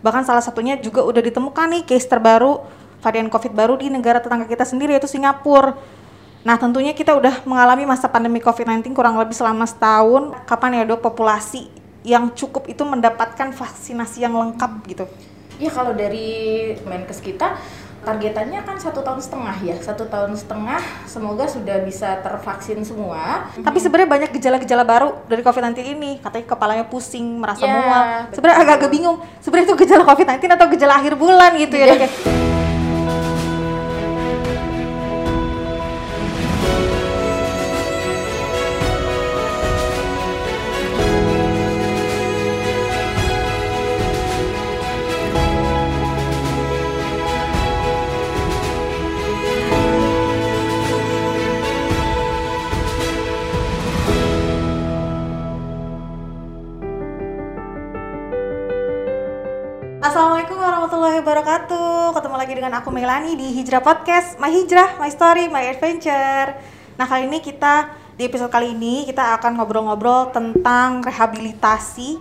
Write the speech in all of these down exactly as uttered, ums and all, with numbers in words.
Bahkan salah satunya juga udah ditemukan nih case terbaru varian COVID baru di negara tetangga kita sendiri, yaitu Singapura. Nah, tentunya kita udah mengalami masa pandemi covid sembilan belas kurang lebih selama setahun. Kapan ya dok populasi yang cukup itu mendapatkan vaksinasi yang lengkap gitu? Ya kalau dari Menkes kita targetannya kan satu tahun setengah ya, satu tahun setengah semoga sudah bisa tervaksin semua. Tapi sebenarnya banyak gejala-gejala baru dari covid sembilan belas ini, katanya kepalanya pusing, merasa Ya, mual. Sebenarnya agak-agak bingung, sebenarnya itu gejala covid sembilan belas atau gejala akhir bulan gitu ya dok ya? Assalamualaikum warahmatullahi wabarakatuh. Ketemu lagi dengan aku Melani di Hijrah Podcast, My Hijrah, My Story, My Adventure. Nah, kali ini kita di episode kali ini kita akan ngobrol-ngobrol tentang rehabilitasi,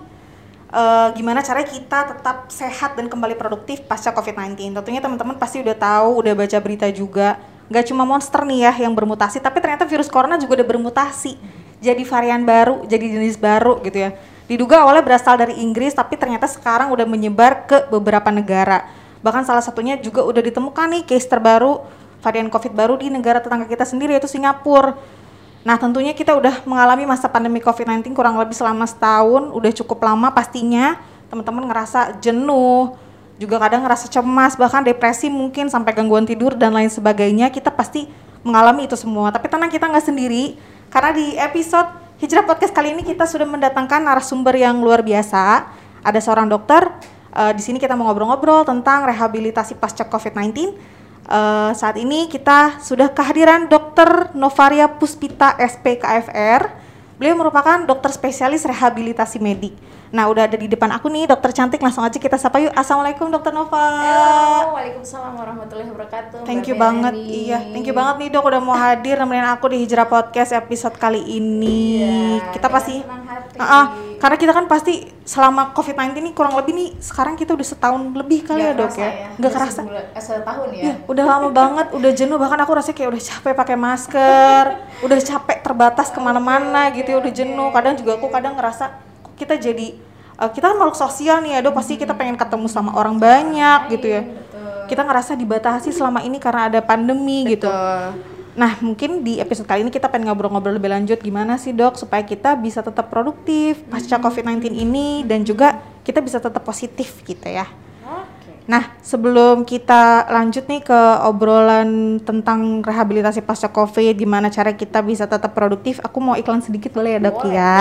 uh, gimana caranya kita tetap sehat dan kembali produktif pasca covid sembilan belas. Tentunya teman-teman pasti udah tahu, udah baca berita juga. Gak cuma monster nih ya yang bermutasi, tapi ternyata virus corona juga udah bermutasi. Jadi varian baru, jadi jenis baru gitu ya. Diduga awalnya berasal dari Inggris, tapi ternyata sekarang udah menyebar ke beberapa negara. Bahkan salah satunya juga udah ditemukan nih case terbaru varian COVID baru di negara tetangga kita sendiri, yaitu Singapura. Nah, tentunya kita udah mengalami masa pandemi covid sembilan belas kurang lebih selama setahun, udah cukup lama pastinya. Teman-teman ngerasa jenuh, juga kadang ngerasa cemas, bahkan depresi mungkin sampai gangguan tidur dan lain sebagainya. Kita pasti mengalami itu semua. Tapi tenang, kita nggak sendiri, karena di episode Hijrah Podcast kali ini kita sudah mendatangkan narasumber yang luar biasa. Ada seorang dokter. Uh, di sini kita mau ngobrol-ngobrol tentang rehabilitasi pasca covid sembilan belas. Uh, saat ini kita sudah kehadiran Dokter Novaria Puspita S P K F R. Beliau merupakan dokter spesialis rehabilitasi medik. Nah, udah ada di depan aku nih, dokter cantik. Langsung aja kita sapa yuk. Assalamualaikum Dokter Nova. Halo, waalaikumsalam warahmatullahi wabarakatuh. Thank you banget, iya. Thank you banget nih dok udah mau hadir nemenin aku di Hijrah Podcast episode kali ini. Iya, kita pasti, uh, uh, karena kita kan pasti selama covid sembilan belas ini kurang lebih nih, sekarang kita udah setahun lebih kali ya dok ya. ya. Nggak kerasa. Sebulan, eh, setahun ya. Ya, udah lama banget, udah jenuh, bahkan aku rasanya kayak udah capek pakai masker, udah capek terbatas kemana-mana gitu ya, udah jenuh. Kadang juga aku kadang ngerasa kok kita jadi Uh, kita kan makhluk sosial nih ya dok, pasti kita pengen ketemu sama orang banyak gitu ya. Betul. Kita ngerasa dibatasi selama ini karena ada pandemi. Betul. Gitu. Nah, mungkin di episode kali ini kita pengen ngobrol-ngobrol lebih lanjut gimana sih dok supaya kita bisa tetap produktif pasca covid sembilan belas ini dan juga kita bisa tetap positif gitu ya. Okay. Nah, sebelum kita lanjut nih ke obrolan tentang rehabilitasi pasca covid, gimana cara kita bisa tetap produktif, aku mau iklan sedikit boleh ya dok? Boleh, ya.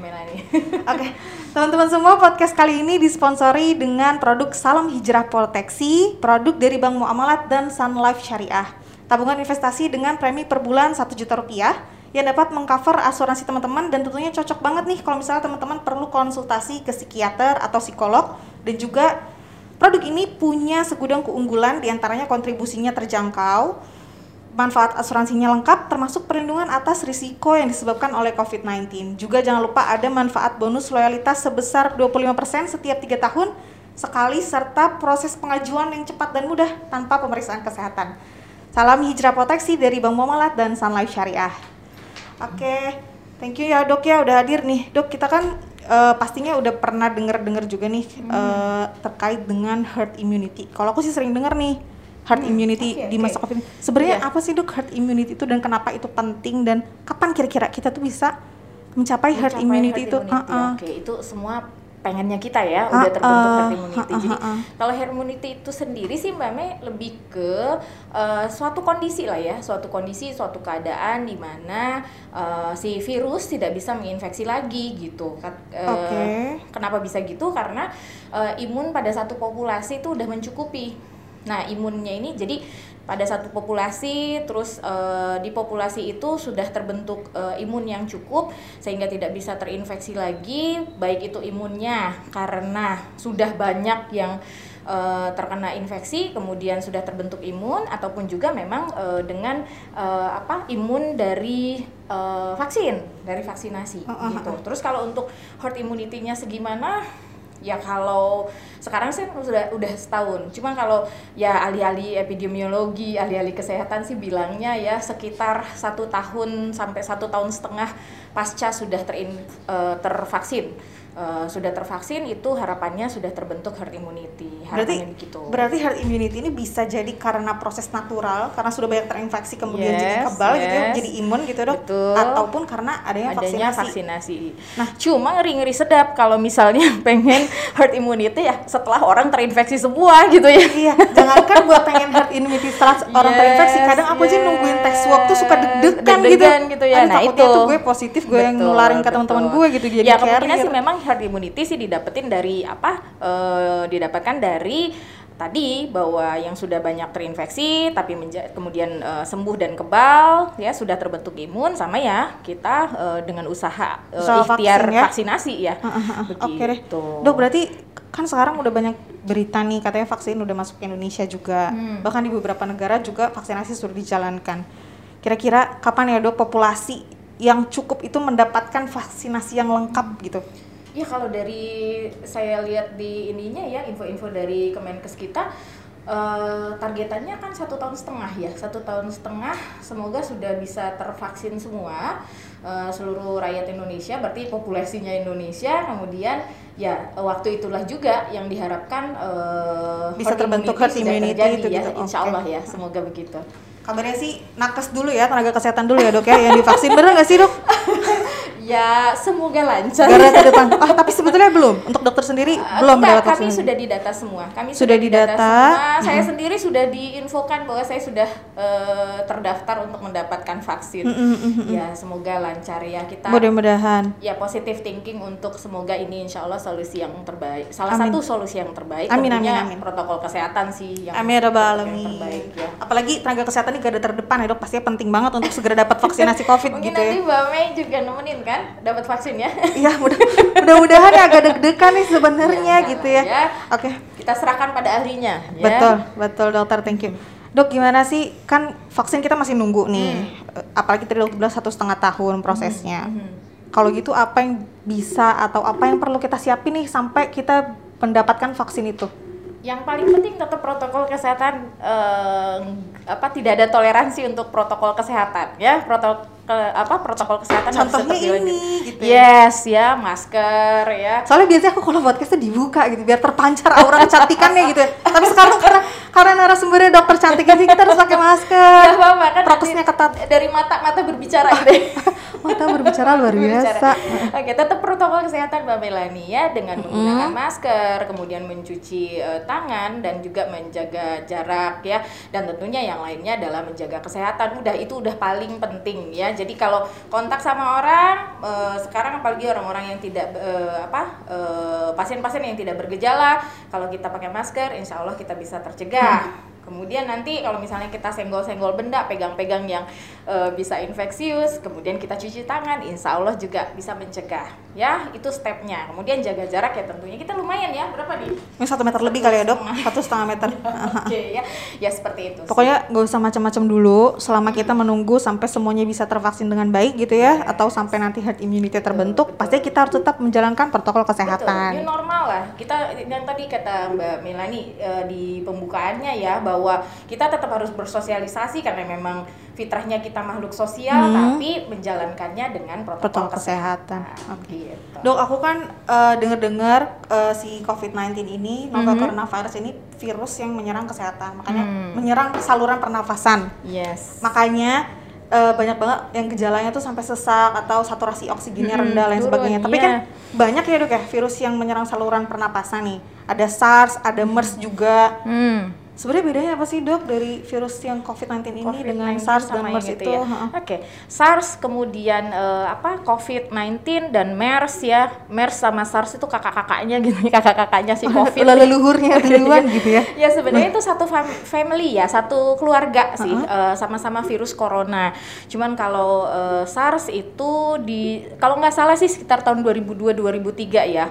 Oke. Okay. Teman-teman semua, podcast kali ini disponsori dengan produk Salam Hijrah Proteksi, produk dari Bank Muamalat dan Sun Life Syariah. Tabungan investasi dengan premi per bulan satu juta rupiah yang dapat mengcover asuransi teman-teman dan tentunya cocok banget nih kalau misalnya teman-teman perlu konsultasi ke psikiater atau psikolog. Dan juga produk ini punya segudang keunggulan, diantaranya kontribusinya terjangkau, manfaat asuransinya lengkap, termasuk perlindungan atas risiko yang disebabkan oleh covid sembilan belas. Juga jangan lupa ada manfaat bonus loyalitas sebesar dua puluh lima persen setiap tiga tahun sekali, serta proses pengajuan yang cepat dan mudah tanpa pemeriksaan kesehatan. Salam Hijrah Proteksi dari Bank Muamalat dan Sun Life Syariah. Oke, okay. Thank you ya dok ya udah hadir nih. Dok, kita kan uh, pastinya udah pernah denger-dengar juga nih hmm. uh, terkait dengan herd immunity. Kalau aku sih sering denger nih herd hmm, immunity okay, di masa okay. covid. Sebenarnya yeah. apa sih dok herd immunity itu dan kenapa itu penting dan kapan kira-kira kita tuh bisa mencapai, mencapai herd immunity herd itu? Immunity. Uh-uh. Oke, okay, itu semua pengennya kita ya, uh, udah terbentuk uh, herd immunity. Uh, uh, Jadi uh, uh. kalau herd immunity itu sendiri sih Mbak Mei lebih ke uh, suatu kondisi lah ya, suatu kondisi, suatu keadaan di mana uh, si virus tidak bisa menginfeksi lagi gitu. Uh, okay. Kenapa bisa gitu? Karena uh, imun pada satu populasi itu udah mencukupi. Nah, imunnya ini jadi pada satu populasi, terus uh, di populasi itu sudah terbentuk uh, imun yang cukup sehingga tidak bisa terinfeksi lagi, baik itu imunnya karena sudah banyak yang uh, terkena infeksi, kemudian sudah terbentuk imun, ataupun juga memang uh, dengan uh, apa imun dari uh, vaksin, dari vaksinasi uh, uh, gitu. Terus kalau untuk herd immunity-nya segimana? Ya kalau sekarang sih sudah udah setahun. Cuma kalau ya ahli-ahli epidemiologi, ahli-ahli kesehatan sih bilangnya ya sekitar satu tahun sampai satu tahun setengah pasca sudah terin, uh, tervaksin. Uh, sudah tervaksin itu harapannya sudah terbentuk herd immunity. Berarti begitu. Berarti herd immunity ini bisa jadi karena proses natural, karena sudah banyak terinfeksi kemudian yes, jadi kebal yes. gitu ya, jadi imun gitu dok. Betul. Ataupun karena adanya, adanya vaksinasi. vaksinasi. Nah, cuma ngeri-ngeri sedap kalau misalnya pengen herd immunity ya setelah orang terinfeksi semua gitu ya. Iya, jangankan buat pengen herd immunity setelah yes, orang terinfeksi, kadang aku aja yes. nungguin tes swab tuh suka deg-degan gitu. gitu ya. Aduh, nah takutnya itu tuh gue positif, gue betul, yang nularin ke teman-teman gue gitu jadi ya, kemungkinan sih gitu. Memang herd immunity sih didapetin dari apa? E, didapatkan dari tadi bahwa yang sudah banyak terinfeksi tapi menja- kemudian e, sembuh dan kebal ya sudah terbentuk imun sama ya kita e, dengan usaha e, ikhtiar vaksin, ya? vaksinasi ya. Uh, uh, uh, Oke okay deh. Dok, berarti kan sekarang udah banyak berita nih katanya vaksin udah masuk ke Indonesia juga. Hmm. Bahkan di beberapa negara juga vaksinasi sudah dijalankan. Kira-kira kapan ya dok populasi yang cukup itu mendapatkan vaksinasi yang lengkap gitu? Ya kalau dari saya lihat di ininya ya info-info dari Kemenkes kita uh, targetannya kan satu tahun setengah ya satu tahun setengah semoga sudah bisa tervaksin semua uh, seluruh rakyat Indonesia berarti populasinya Indonesia kemudian ya waktu itulah juga yang diharapkan uh, bisa terbentuk herd immunity terjadi, itu ya, gitu. Insya okay. Allah ya semoga begitu. Kabarnya sih nakes dulu ya tenaga kesehatan dulu ya dok ya yang divaksin bener nggak sih dok? Ya semoga lancar. Garda terdepan. Ah tapi sebetulnya belum. Untuk dokter sendiri uh, belum enggak, mendapat kami vaksin. sudah didata semua. Kami sudah, sudah didata. didata semua. Hmm. Saya hmm. sendiri sudah diinfokan bahwa saya sudah uh, terdaftar untuk mendapatkan vaksin. Hmm, hmm, hmm. Ya semoga lancar ya kita. Mudah-mudahan. Ya positive thinking untuk semoga ini insya Allah solusi yang terbaik. Salah amin. Satu solusi yang terbaik. Amin amin tentunya amin. Protokol kesehatan sih yang, amin, yang terbaik. Ya. Apalagi tenaga kesehatan ini garda terdepan ya dok. Pastinya penting banget untuk segera dapat vaksinasi COVID Mungkin gitu ya. Mungkin nanti Mbak Mei juga nemenin kan dapat vaksin ya. Iya, mudah, mudah-mudahan ya agak deg-degan nih sebenarnya ya, gitu ya. ya. Oke, okay. Kita serahkan pada ahlinya. Ya. Betul, betul dokter, thank you. Dok, gimana sih? Kan vaksin kita masih nunggu nih. Hmm. Apalagi tadi dokter bilang satu setengah tahun prosesnya. Hmm. Hmm. Kalau gitu apa yang bisa atau apa yang perlu kita siapin nih sampai kita mendapatkan vaksin itu? Yang paling penting tetap protokol kesehatan eh, apa tidak ada toleransi untuk protokol kesehatan ya protokol ke, apa protokol kesehatan contohnya harus tetap ini gitu yes ya masker ya soalnya biasanya aku kalau podcastnya dibuka gitu biar terpancar aura kecantikannya gitu ya. Tapi sekarang karena karena narasumbernya dokter cantik sih kita harus pakai masker ya apa kan prokesnya ketat dari mata mata berbicara gitu mata berbicara luar biasa. Oke, tetap protokol kesehatan Mbak Melani ya dengan menggunakan mm. masker, kemudian mencuci uh, tangan dan juga menjaga jarak ya. Dan tentunya yang lainnya adalah menjaga kesehatan. Udah itu udah paling penting ya. Jadi kalau kontak sama orang uh, sekarang apalagi orang-orang yang tidak uh, apa uh, pasien-pasien yang tidak bergejala, kalau kita pakai masker insya Allah kita bisa tercegah. Mm. Kemudian nanti kalau misalnya kita senggol-senggol benda, pegang-pegang yang e, bisa infeksius, kemudian kita cuci tangan, insya Allah juga bisa mencegah. Ya, itu stepnya. Kemudian jaga jarak ya tentunya. Kita lumayan ya, berapa nih? Ini satu meter lebih kali ya dok? Satu setengah meter. Oke okay, ya, ya seperti itu. Pokoknya nggak usah macam-macam dulu, selama kita menunggu sampai semuanya bisa tervaksin dengan baik gitu ya, yes. Atau sampai nanti herd immunity terbentuk, betul, pasti betul. Kita harus tetap menjalankan protokol kesehatan. Betul, new normal lah. Kita yang tadi kata Mbak Melani e, di pembukaannya ya, bahwa kita tetap harus bersosialisasi karena memang fitrahnya kita makhluk sosial, hmm. tapi menjalankannya dengan protokol, protokol kesehatan. kesehatan. Okay. Gitu. Dok, aku kan uh, dengar-dengar uh, si covid sembilan belas ini, novel mm-hmm. coronavirus ini virus yang menyerang kesehatan, makanya mm. menyerang saluran pernafasan. Yes. Makanya uh, banyak banget yang gejalanya tuh sampai sesak atau saturasi oksigennya mm-hmm. rendah dan Turun, sebagainya. Tapi yeah. kan banyak ya dok ya virus yang menyerang saluran pernapasan nih. Ada SARS, ada MERS juga. Mm. Sebenarnya bedanya apa sih dok dari virus yang covid sembilan belas ini covid dengan SARS dan MERS gitu itu? Ya? Oke, okay. SARS kemudian uh, apa covid sembilan belas dan MERS ya. MERS sama SARS itu kakak-kakaknya gitu, kakak-kakaknya si COVID. Leluhurnya duluan gitu ya. Ya sebenarnya itu satu fam- family ya, satu keluarga sih, uh-huh. uh, sama-sama virus corona. Cuman kalau uh, SARS itu di kalau nggak salah sih sekitar tahun dua ribu dua dua ribu tiga ya.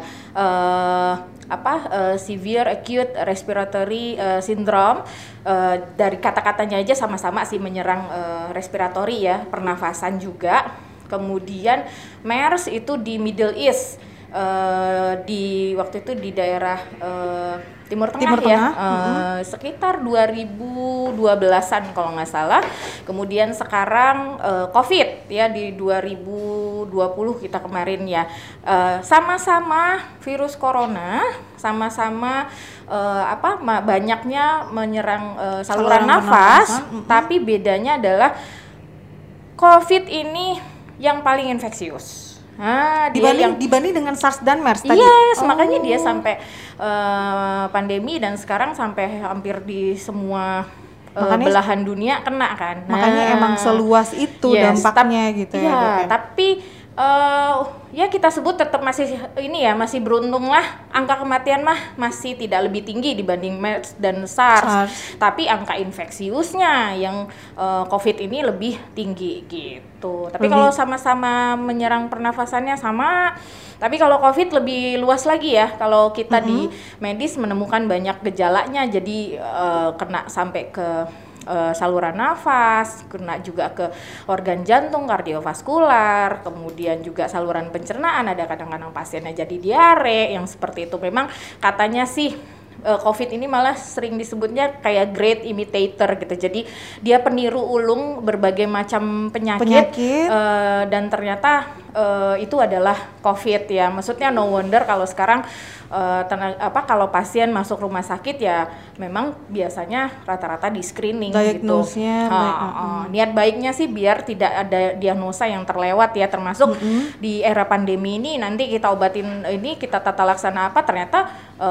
Uh, apa uh, severe acute respiratory uh, syndrome uh, dari kata-katanya aja sama-sama sih menyerang uh, respiratory ya, pernafasan juga. Kemudian MERS itu di Middle East uh, di waktu itu di daerah uh, Timur Tengah, Timur ya, Tengah. uh, Mm-hmm. sekitar dua ribu dua belasan kalau nggak salah. Kemudian sekarang uh, COVID ya di dua ribu dua puluh kita kemarin ya, uh, sama-sama virus corona, sama-sama uh, apa ma- banyaknya menyerang uh, saluran, Saluran nafas, pernafasan, tapi bedanya adalah COVID ini yang paling infeksius. Nah, dia Dibanding yang dibanding dengan SARS dan MERS tadi. yes, Oh. makanya dia sampai uh, pandemi dan sekarang sampai hampir di semua uh, Makanya- belahan dunia kena kan. Makanya Nah, emang seluas itu yes, dampaknya tap- gitu iya, ya, Dok, ya. tapi uh, ya kita sebut tetap masih ini ya, masih beruntung lah, angka kematian mah masih tidak lebih tinggi dibanding MERS dan SARS. SARS. Tapi angka infeksiusnya yang uh, COVID ini lebih tinggi gitu. Tapi Lebih- kalau sama-sama menyerang pernafasannya sama. Tapi kalau COVID lebih luas lagi ya. Kalau kita di medis menemukan banyak gejalanya, jadi uh, kena sampai ke uh, saluran nafas, kena juga ke organ jantung, kardiovaskular, kemudian juga saluran pencernaan. Ada kadang-kadang pasiennya jadi diare yang seperti itu. Memang katanya sih uh, COVID ini malah sering disebutnya kayak great imitator gitu. Jadi dia peniru ulung berbagai macam penyakit, Penyakit. uh, dan ternyata uh, itu adalah COVID ya. Maksudnya no wonder kalau sekarang uh, tena- apa kalau pasien masuk rumah sakit ya memang biasanya rata-rata di screening Diagnosnya gitu. baik, Ha, uh, niat baiknya sih biar tidak ada diagnosa yang terlewat ya, termasuk di era pandemi ini nanti kita obatin ini, kita tata laksana apa, ternyata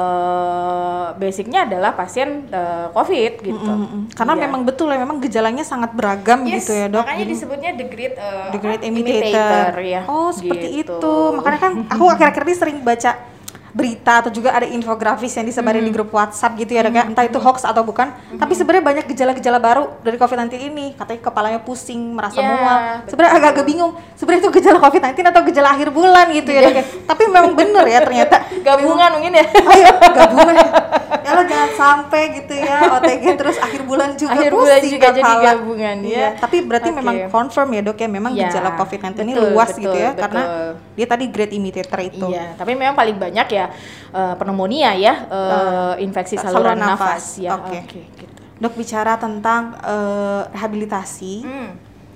uh, basicnya adalah pasien uh, COVID gitu. Mm-mm. Karena Iya. memang betul ya, memang gejalanya sangat beragam Yes, gitu ya, Dok. makanya Jadi- disebutnya the great uh, The Great apa? Imitator. ya. Oh, seperti gitu. itu. Makanya kan aku akhir-akhir ini sering baca berita atau juga ada infografis yang disebarin di grup WhatsApp gitu ya, Dok, ya. Entah itu hoax atau bukan. Tapi sebenarnya banyak gejala-gejala baru dari covid sembilan belas ini. Katanya kepalanya pusing, merasa Ya, mual. betul. Sebenarnya agak-agak bingung. Sebenarnya itu gejala covid sembilan belas atau gejala akhir bulan gitu ya, Dok, ya. Tapi memang bener ya ternyata. Gabungan mungkin ya. Ayo gabungan. Ya lo jangan sampai gitu ya O T G terus akhir bulan juga Akhir pusing bulan juga jadi kepala. gabungan, ya. Iya, tapi berarti Oke. memang confirm ya, Dok, ya, memang Ya, gejala covid sembilan belas ini betul, luas betul, gitu ya, betul. karena dia tadi great imitator itu. Iya, tapi memang paling banyak ya uh, pneumonia ya, uh, infeksi saluran, saluran nafas. nafas. Ya. Oke. gitu. Dok, bicara tentang eh, rehabilitasi, Hmm.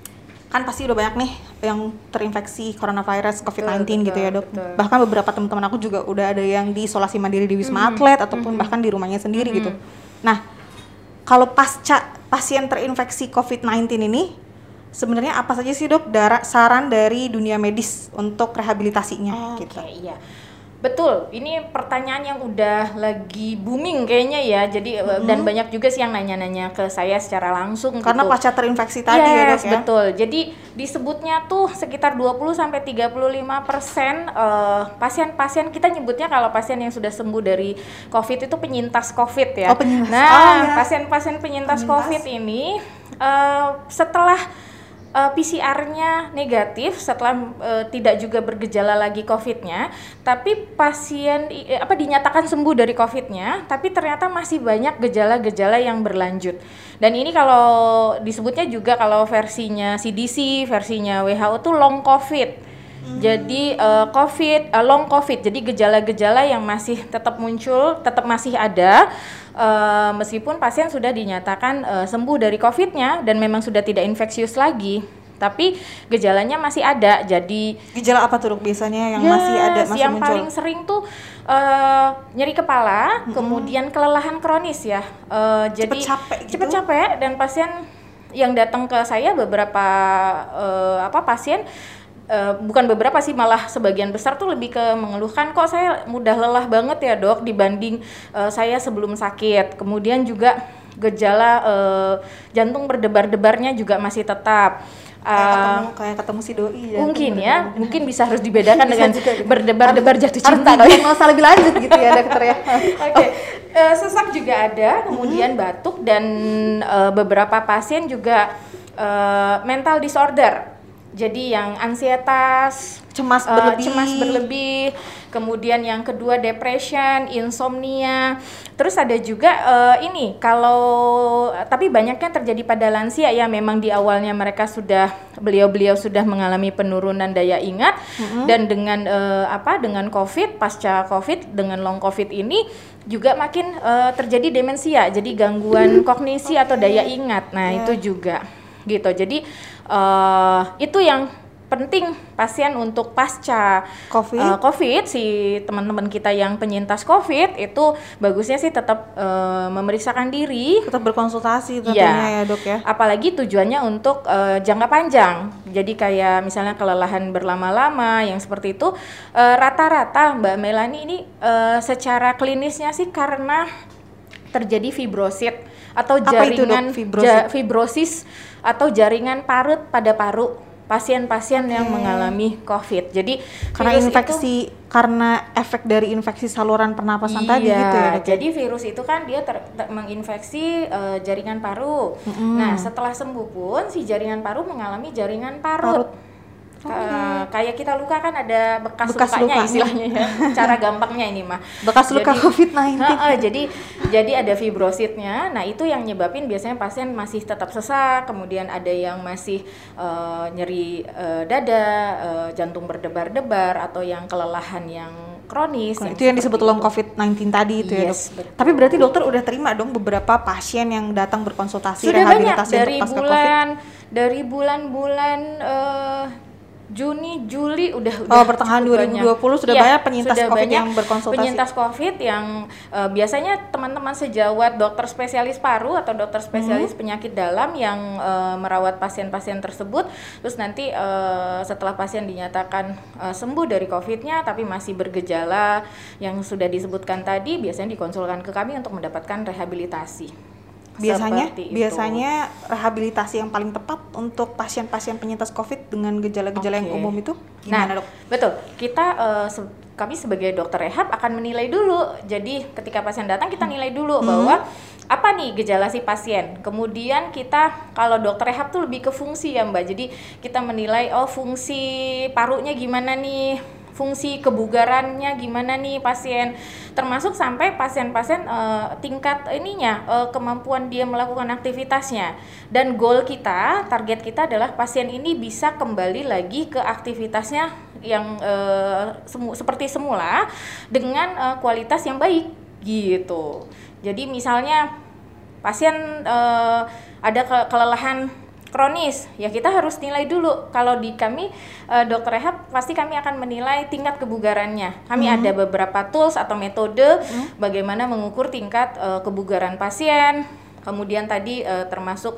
kan pasti udah banyak nih yang terinfeksi coronavirus covid sembilan belas Betul, gitu ya, Dok. betul. Bahkan beberapa teman-teman aku juga udah ada yang diisolasi mandiri di Wisma Atlet ataupun bahkan di rumahnya sendiri gitu. Nah, kalau pasca pasien terinfeksi covid sembilan belas ini sebenarnya apa saja sih, Dok, dara- saran dari dunia medis untuk rehabilitasinya Oke, gitu? iya. Betul, ini pertanyaan yang udah lagi booming kayaknya ya. Jadi uh, dan banyak juga sih yang nanya-nanya ke saya secara langsung Karena gitu. pasca terinfeksi tadi ya, Yes, Dok, ya. betul. Jadi disebutnya tuh sekitar dua puluh sampai tiga puluh lima persen eh, pasien-pasien, kita nyebutnya kalau pasien yang sudah sembuh dari COVID itu penyintas COVID ya. Oh, penyintas. Nah, Oh, ya. pasien-pasien penyintas, Penyintas. COVID ini eh, setelah Uh, P C R-nya negatif, setelah uh, tidak juga bergejala lagi COVID-nya, tapi pasien i- eh, apa dinyatakan sembuh dari COVID-nya, tapi ternyata masih banyak gejala-gejala yang berlanjut. Dan ini kalau disebutnya juga kalau versinya C D C, versinya W H O tuh long COVID. Jadi uh, COVID, uh, long COVID, jadi gejala-gejala yang masih tetap muncul, tetap masih ada, uh, meskipun pasien sudah dinyatakan uh, sembuh dari COVID-nya dan memang sudah tidak infeksius lagi, tapi gejalanya masih ada. Jadi Gejala apa tuh, Dok, biasanya yang yes, masih ada, masih yang muncul? paling sering tuh uh, nyeri kepala, kemudian kelelahan kronis ya. Uh, jadi Cepet capek gitu? cepet capek, dan pasien yang datang ke saya beberapa uh, apa pasien. Uh, bukan beberapa sih, malah sebagian besar tuh lebih ke mengeluhkan, kok saya mudah lelah banget ya, Dok, dibanding uh, saya sebelum sakit. Kemudian juga gejala uh, jantung berdebar-debarnya juga masih tetap. Kayak Uh, ketemu kayak ketemu si doi ya. mungkin ya, mungkin bisa harus dibedakan Bisa dengan juga gitu. berdebar-debar jatuh Harus cinta kali. didiagnosa lebih lanjut gitu ya, Dokter ya. Oke, Eh, sesak juga ada, kemudian batuk, dan eh, beberapa pasien juga eh, mental disorder. Jadi yang ansietas, cemas uh, berlebih. cemas berlebih. Kemudian yang kedua depression, insomnia. Terus ada juga uh, ini kalau tapi banyaknya terjadi pada lansia ya, memang di awalnya mereka sudah beliau-beliau sudah mengalami penurunan daya ingat mm-hmm. dan dengan uh, apa dengan COVID, pasca COVID dengan long COVID ini juga makin uh, terjadi demensia, jadi gangguan kognisi okay. atau daya ingat. Nah, yeah. itu juga gitu. Jadi uh, itu yang penting pasien untuk pasca COVID, uh, COVID si teman-teman kita yang penyintas COVID itu bagusnya sih tetap uh, memeriksakan diri, tetap berkonsultasi tentunya ya, ya dok ya. Apalagi tujuannya untuk uh, jangka panjang. Jadi kayak misalnya kelelahan berlama-lama yang seperti itu uh, rata-rata Mbak Melani ini uh, secara klinisnya sih karena terjadi fibrosit atau jaringan itu, fibrosis? Ja, fibrosis atau jaringan parut pada paru. Pasien-pasien okay. yang mengalami COVID. Jadi karena infeksi, itu, karena efek dari infeksi saluran pernapasan iya, tadi gitu ya. Jadi virus itu kan dia ter, ter, menginfeksi uh, jaringan paru. Mm-hmm. Nah setelah sembuh pun si jaringan paru mengalami jaringan parut. parut. Okay. Uh, kayak kita luka kan ada bekas, bekas lukanya luka. Istilahnya ya. Cara gampangnya ini mah. Bekas luka covid sembilan belas. Uh, uh, jadi jadi ada fibrositnya. Nah, itu yang nyebabin biasanya pasien masih tetap sesak, kemudian ada yang masih uh, nyeri uh, dada, uh, jantung berdebar-debar atau yang kelelahan yang kronis. Nah, itu yang disebut long covid sembilan belas tadi itu yes, ya, Dok. Betul. Tapi berarti dokter udah terima dong beberapa pasien yang datang berkonsultasi sudah rehabilitasi banyak dari untuk pasca bulan COVID. Dari bulan-bulan uh, Juni, Juli udah udah oh, pertengahan dua ribu dua puluh banyak. sudah ya, banyak penyintas sudah COVID banyak yang berkonsultasi. Penyintas COVID yang uh, biasanya teman-teman sejawat dokter spesialis paru atau dokter spesialis hmm. penyakit dalam yang uh, merawat pasien-pasien tersebut. Terus nanti uh, setelah pasien dinyatakan uh, sembuh dari COVID-nya tapi masih bergejala yang sudah disebutkan tadi, biasanya dikonsulkan ke kami untuk mendapatkan rehabilitasi. Biasanya biasanya rehabilitasi yang paling tepat untuk pasien-pasien penyintas COVID dengan gejala-gejala okay. yang umum itu gimana, nah, Dok? Betul. Kita uh, se- kami sebagai dokter rehab akan menilai dulu. Jadi ketika pasien datang kita nilai dulu hmm. bahwa apa nih gejala si pasien. Kemudian kita kalau dokter rehab tuh lebih ke fungsi ya, Mbak. Jadi kita menilai oh fungsi parunya gimana nih, fungsi kebugarannya gimana nih pasien, termasuk sampai pasien-pasien uh, tingkat ininya uh, kemampuan dia melakukan aktivitasnya. Dan goal kita, target kita adalah pasien ini bisa kembali lagi ke aktivitasnya yang uh, semu- seperti semula dengan uh, kualitas yang baik gitu. Jadi misalnya pasien uh, ada ke- kelelahan kronis, ya kita harus nilai dulu. Kalau di kami uh, dokter rehab pasti kami akan menilai tingkat kebugarannya. Kami hmm. ada beberapa tools atau metode hmm. bagaimana mengukur tingkat uh, kebugaran pasien. Kemudian tadi uh, termasuk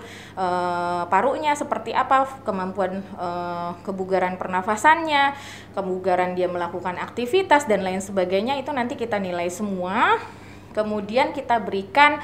uh, parunya seperti apa, kemampuan uh, kebugaran pernafasannya, kebugaran dia melakukan aktivitas dan lain sebagainya, itu nanti kita nilai semua. Kemudian kita berikan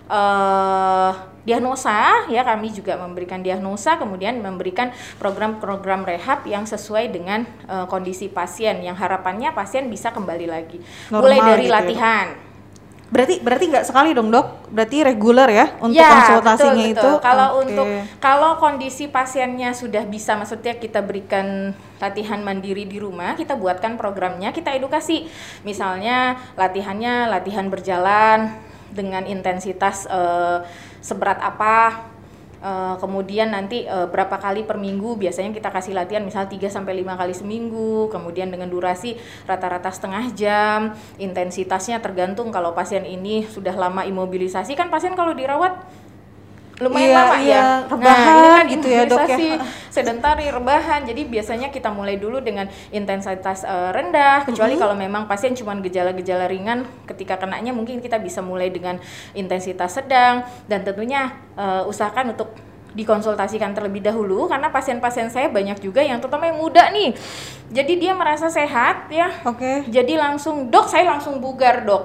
Uh, diagnosa, ya kami juga memberikan diagnosa, kemudian memberikan program-program rehab yang sesuai dengan uh, kondisi pasien, yang harapannya pasien bisa kembali lagi. Normal, mulai dari gitu latihan. Ya, berarti berarti nggak sekali dong, Dok? Berarti reguler ya untuk ya, konsultasinya betul, betul. itu. Kalau okay. untuk kalau kondisi pasiennya sudah bisa, maksudnya kita berikan latihan mandiri di rumah, kita buatkan programnya, kita edukasi. Misalnya latihannya latihan berjalan dengan intensitas uh, seberat apa, uh, kemudian nanti uh, berapa kali per minggu, biasanya kita kasih latihan misal tiga sampai lima kali seminggu, kemudian dengan durasi rata-rata setengah jam, intensitasnya tergantung. Kalau pasien ini sudah lama imobilisasi, kan pasien kalau dirawat lumayan iya, lama iya, ya, rebahan nah ini kan gitu ya, Dok ya, sedentari, rebahan. Jadi biasanya kita mulai dulu dengan intensitas uh, rendah, kecuali mm-hmm. kalau memang pasien cuma gejala-gejala ringan, ketika kenanya mungkin kita bisa mulai dengan intensitas sedang, dan tentunya uh, usahakan untuk dikonsultasikan terlebih dahulu, karena pasien-pasien saya banyak juga yang terutama yang muda nih, jadi dia merasa sehat ya, oke, okay. jadi langsung dok saya langsung bugar dok,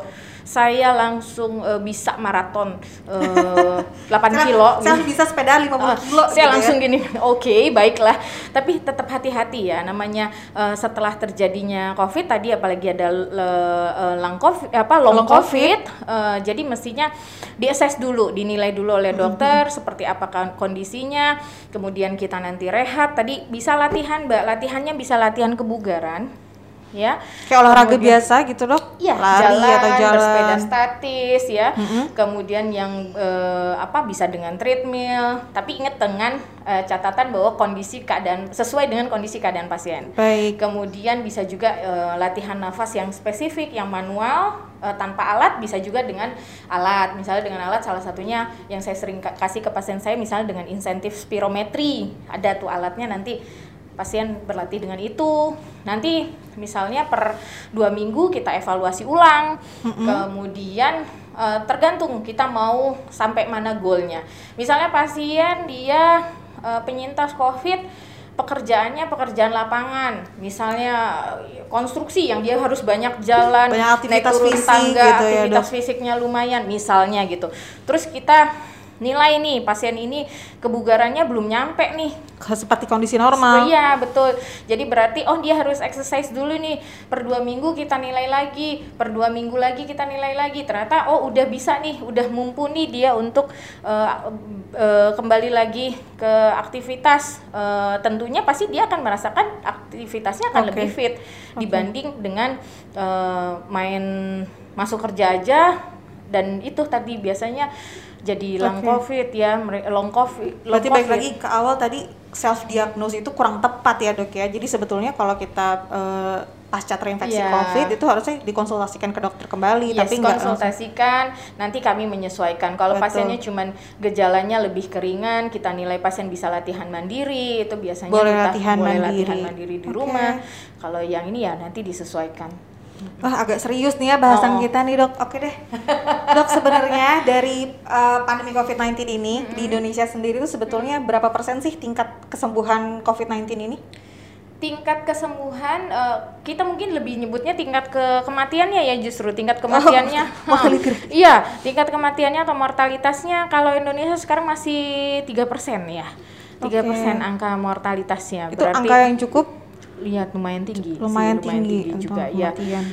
saya langsung uh, bisa maraton uh, delapan kilo. Saya bisa sepeda lima puluh kilo. Uh, saya gitu langsung ya. gini, oke okay, baiklah. Tapi tetap hati-hati ya, namanya uh, setelah terjadinya COVID tadi, apalagi ada uh, long COVID, apa long, long COVID, COVID uh, jadi mestinya diassess dulu, dinilai dulu oleh dokter mm-hmm. seperti apakah kondisinya. Kemudian kita nanti rehab. Tadi bisa latihan, Mbak. Latihannya bisa latihan kebugaran. Ya, kayak olahraga kemudian, biasa gitu dok, ya, lari jalan, atau jalan, bersepeda statis ya, mm-hmm. kemudian yang eh, apa bisa dengan treadmill, tapi ingat dengan eh, catatan bahwa kondisi keadaan sesuai dengan kondisi keadaan pasien. Baik. Kemudian bisa juga eh, latihan nafas yang spesifik, yang manual eh, tanpa alat, bisa juga dengan alat. Misalnya dengan alat salah satunya yang saya sering k- kasih ke pasien saya, misalnya dengan insentif spirometri, ada tuh alatnya, nanti pasien berlatih dengan itu. Nanti misalnya per dua minggu kita evaluasi ulang. Mm-hmm. Kemudian uh, tergantung kita mau sampai mana goalnya. Misalnya pasien dia uh, penyintas COVID, pekerjaannya pekerjaan lapangan, misalnya konstruksi yang dia harus banyak jalan, banyak aktivitas naik turun fisik tangga, gitu aktivitas ya, fisiknya lumayan misalnya gitu. Terus kita nilai nih pasien ini kebugarannya belum nyampe nih seperti kondisi normal. Iya betul. Jadi berarti oh dia harus exercise dulu nih, per dua minggu kita nilai lagi, per dua minggu lagi kita nilai lagi. Ternyata oh udah bisa nih, udah mumpuni dia untuk uh, uh, kembali lagi ke aktivitas. Uh, tentunya pasti dia akan merasakan aktivitasnya akan okay. lebih fit okay. dibanding dengan uh, main masuk kerja aja. Dan itu tadi biasanya jadi long okay. COVID ya, long COVID. Long Berarti COVID. balik lagi ke awal tadi, self diagnose itu kurang tepat ya dok ya. Jadi sebetulnya kalau kita uh, pasca terinfeksi yeah. COVID itu harusnya dikonsultasikan ke dokter kembali. Yes, tapi nggak konsultasikan, nanti kami menyesuaikan. Kalau Betul. pasiennya cuman gejalanya lebih keringan, kita nilai pasien bisa latihan mandiri, itu biasanya boleh kita latihan boleh mandiri. latihan mandiri di okay. rumah. Kalau yang ini ya nanti disesuaikan. Wah agak serius nih ya bahasan oh. kita nih dok. Oke deh dok, sebenarnya dari uh, pandemi covid sembilan belas ini mm-hmm. di Indonesia sendiri itu sebetulnya berapa persen sih tingkat kesembuhan covid sembilan belas ini? Tingkat kesembuhan uh, kita mungkin lebih nyebutnya tingkat ke kematiannya ya, justru tingkat kematiannya oh, hmm. iya tingkat kematiannya atau mortalitasnya kalau Indonesia sekarang masih tiga persen ya, tiga persen okay. angka mortalitasnya. Itu berarti angka yang cukup. Lihat lumayan tinggi, lumayan, sih, lumayan tinggi, tinggi juga ya.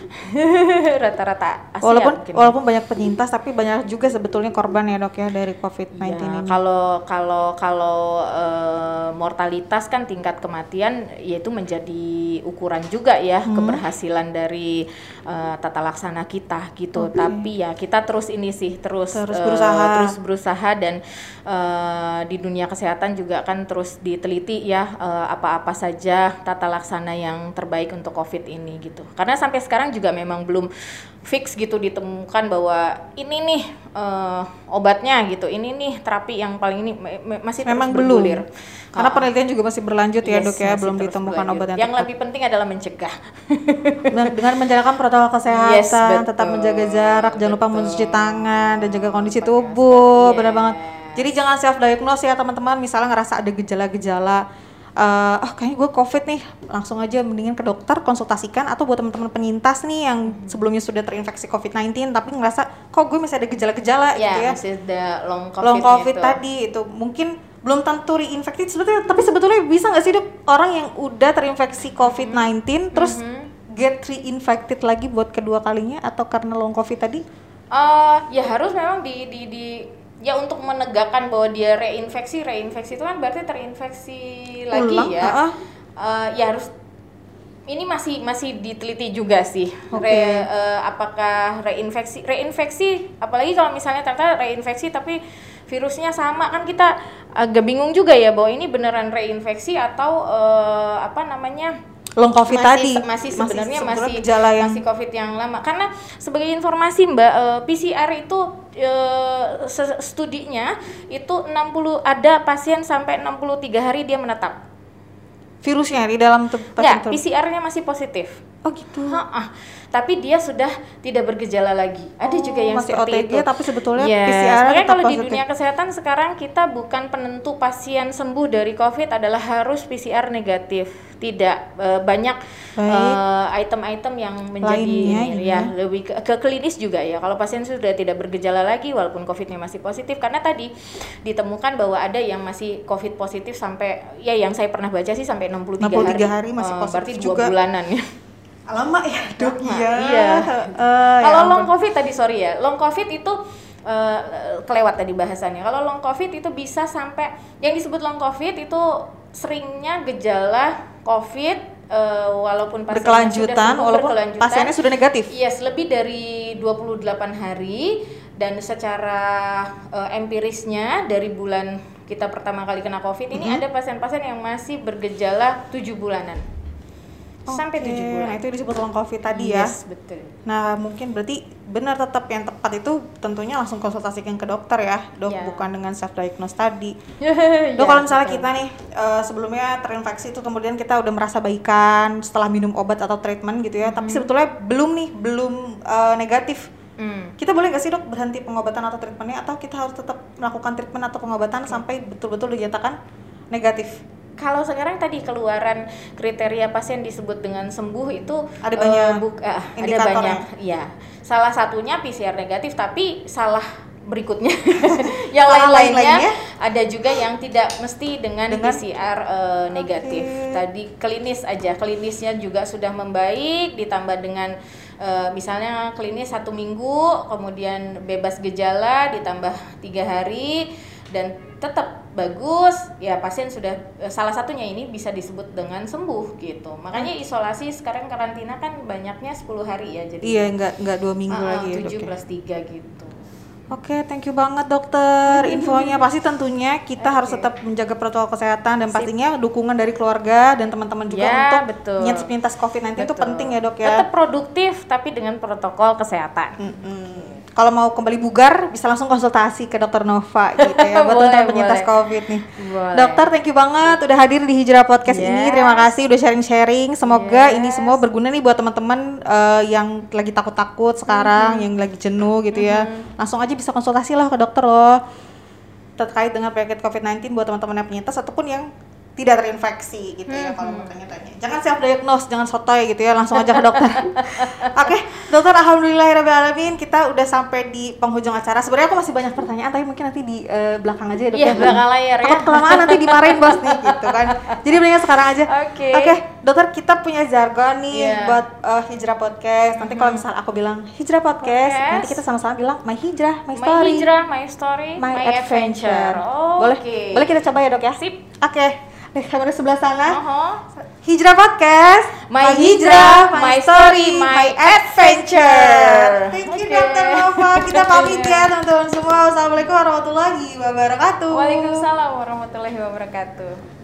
Rata-rata Asia walaupun mungkin. Walaupun banyak penyintas tapi banyak juga sebetulnya korban ya dok ya dari covid sembilan belas ya, ini. Kalau kalau kalau uh, mortalitas kan tingkat kematian yaitu menjadi ukuran juga ya hmm. keberhasilan dari uh, tata laksana kita gitu. Okay. Tapi ya kita terus ini sih terus terus uh, berusaha terus berusaha dan uh, di dunia kesehatan juga kan terus diteliti ya uh, apa-apa saja tata laksana yang terbaik untuk COVID ini gitu. Karena sampai sekarang juga memang belum fix gitu ditemukan bahwa ini nih uh, obatnya gitu, ini nih terapi yang paling ini me- masih memang terus belum. bergulir. Karena uh, penelitian juga masih berlanjut ya yes, dok ya, belum ditemukan berlanjut. obat yang, yang tepat. lebih penting adalah mencegah. dengan, dengan menjalankan protokol kesehatan, yes, betul, tetap menjaga jarak, betul. jangan lupa mencuci tangan dan jaga kondisi tubuh, yes. benar banget. Jadi jangan self diagnose ya teman-teman, misalnya ngerasa ada gejala-gejala Uh, oh kayaknya gue covid nih, langsung aja mendingan ke dokter, konsultasikan. Atau buat teman-teman penyintas nih yang sebelumnya sudah terinfeksi covid sembilan belas tapi ngerasa kok gue masih ada gejala-gejala ya, gitu ya, masih ada long covid, long COVID itu. tadi itu mungkin belum tentu reinfected sebetulnya, tapi sebetulnya bisa nggak sih dok orang yang udah terinfeksi covid sembilan belas mm-hmm. terus mm-hmm. get reinfected lagi buat kedua kalinya atau karena long covid tadi? Uh, ya harus memang di di di ya untuk menegakkan bahwa dia reinfeksi, reinfeksi itu kan berarti terinfeksi lagi Ulang, ya. Uh-uh. Uh, ya harus ini masih masih diteliti juga sih. Okay. Re, uh, apakah reinfeksi, reinfeksi apalagi kalau misalnya ternyata reinfeksi tapi virusnya sama, kan kita agak bingung juga ya bahwa ini beneran reinfeksi atau uh, apa namanya? long covid masih, tadi masih sebenarnya masih yang... masih covid yang lama. Karena sebagai informasi Mbak, uh, P C R itu uh, studinya itu enam puluh ada pasien sampai enam puluh tiga hari dia menetap. Virusnya di dalam tubuh pasien. Enggak, P C R-nya masih positif. Oh gitu. Ha-ha. Tapi dia sudah tidak bergejala lagi. Ada oh, juga yang masih seperti O T G, itu. tapi sebetulnya yes. P C R makanya kalau positif. Di dunia kesehatan sekarang kita bukan penentu pasien sembuh dari COVID adalah harus P C R negatif. tidak uh, banyak uh, item-item yang menjadi Lainnya, ini, ya lebih ke, ke klinis juga ya. Kalau pasien sudah tidak bergejala lagi walaupun COVID-nya masih positif, karena tadi ditemukan bahwa ada yang masih COVID positif sampai ya yang saya pernah baca sih sampai enam puluh tiga hari, hari masih positif, uh, berarti dua juga. bulanan ya. Lama ya dok. Iya. Iya. Uh, Kalau ya long COVID tadi sorry ya, long COVID itu uh, kelewat tadi bahasannya. Kalau long COVID itu bisa sampai yang disebut long COVID itu seringnya gejala COVID uh, walaupun pasiennya berkelanjutan, sudah sembuh, walaupun berkelanjutan, pasiennya sudah negatif. Yes, lebih dari dua puluh delapan hari dan secara uh, empirisnya dari bulan kita pertama kali kena COVID ini mm-hmm. ada pasien-pasien yang masih bergejala tujuh bulanan. Sampai okay. tujuh bulan. Nah, itu disebut long COVID tadi yes, ya. Betul. Nah, mungkin berarti benar tetap yang tepat itu tentunya langsung konsultasikan ke dokter ya, dok, yeah. bukan dengan self diagnose tadi. Dok, yeah, kalau misalnya betul. kita nih uh, sebelumnya terinfeksi itu kemudian kita udah merasa baikan setelah minum obat atau treatment gitu ya, hmm. tapi sebetulnya belum nih, belum uh, negatif. Hmm. Kita boleh nggak sih dok berhenti pengobatan atau treatmentnya, atau kita harus tetap melakukan treatment atau pengobatan okay. sampai betul-betul dinyatakan negatif? Kalau sekarang tadi keluaran kriteria pasien disebut dengan sembuh itu ada banyak uh, buk, uh, ada banyak ya. Salah satunya P C R negatif, tapi salah berikutnya yang lain-lainnya ada juga yang tidak mesti dengan, dengan? P C R uh, negatif. Okay. Tadi klinis aja, klinisnya juga sudah membaik ditambah dengan uh, misalnya klinis satu minggu kemudian bebas gejala ditambah tiga hari dan tetap bagus, ya pasien sudah salah satunya ini bisa disebut dengan sembuh gitu. Makanya isolasi sekarang karantina kan banyaknya sepuluh hari ya, jadi iya nggak nggak dua minggu uh, lagi tujuh plus tiga gitu. Oke, okay, thank you banget dokter infonya. Pasti tentunya kita okay. harus tetap menjaga protokol kesehatan dan Sip. pastinya dukungan dari keluarga dan teman-teman juga ya, untuk penyintas covid sembilan belas itu penting ya dok ya. Tetap produktif tapi dengan protokol kesehatan. Mm-hmm. Kalau mau kembali bugar bisa langsung konsultasi ke dokter Nova gitu ya buat teman-teman penyintas COVID nih. Boleh. Dokter, thank you banget udah hadir di Hijrah Podcast yes. ini. Terima kasih udah sharing-sharing. Semoga yes. ini semua berguna nih buat teman-teman uh, yang lagi takut-takut sekarang, mm-hmm. yang lagi jenuh gitu mm-hmm. ya. Langsung aja bisa konsultasi lah ke dokter loh terkait dengan penyakit covid sembilan belas buat teman-teman yang penyintas ataupun yang tidak terinfeksi gitu ya. hmm. Kalau mau tanya-tanya jangan self diagnose, jangan sotoy gitu ya, langsung aja ke dokter. Oke okay, dokter, alhamdulillahirrahmanirrahim kita udah sampai di penghujung acara. Sebenarnya aku masih banyak pertanyaan tapi mungkin nanti di uh, belakang aja ya dok yeah, ya belakang layar ya, takut kelamaan nanti dimarahin bos nih gitu kan, jadi mendingan sekarang aja. Oke okay. okay, dokter, kita punya jargon nih yeah. buat uh, Hijrah Podcast. Nanti mm-hmm. kalau misal aku bilang Hijrah Podcast, Podcast, nanti kita sama-sama bilang My Hijrah, My Story, My Hijrah, My Story, My, my Adventure, adventure. Oh, boleh okay. boleh kita coba ya dok ya. Sip. Oke okay. Di kamera sebelah sana, uh-huh. Hijrah Podcast, My, my Hijrah, My Story, My Adventure. Thank you okay. dokter Nova. Kita pamit ya teman-teman semua. Wassalamualaikum warahmatullahi wabarakatuh. Waalaikumsalam warahmatullahi wabarakatuh.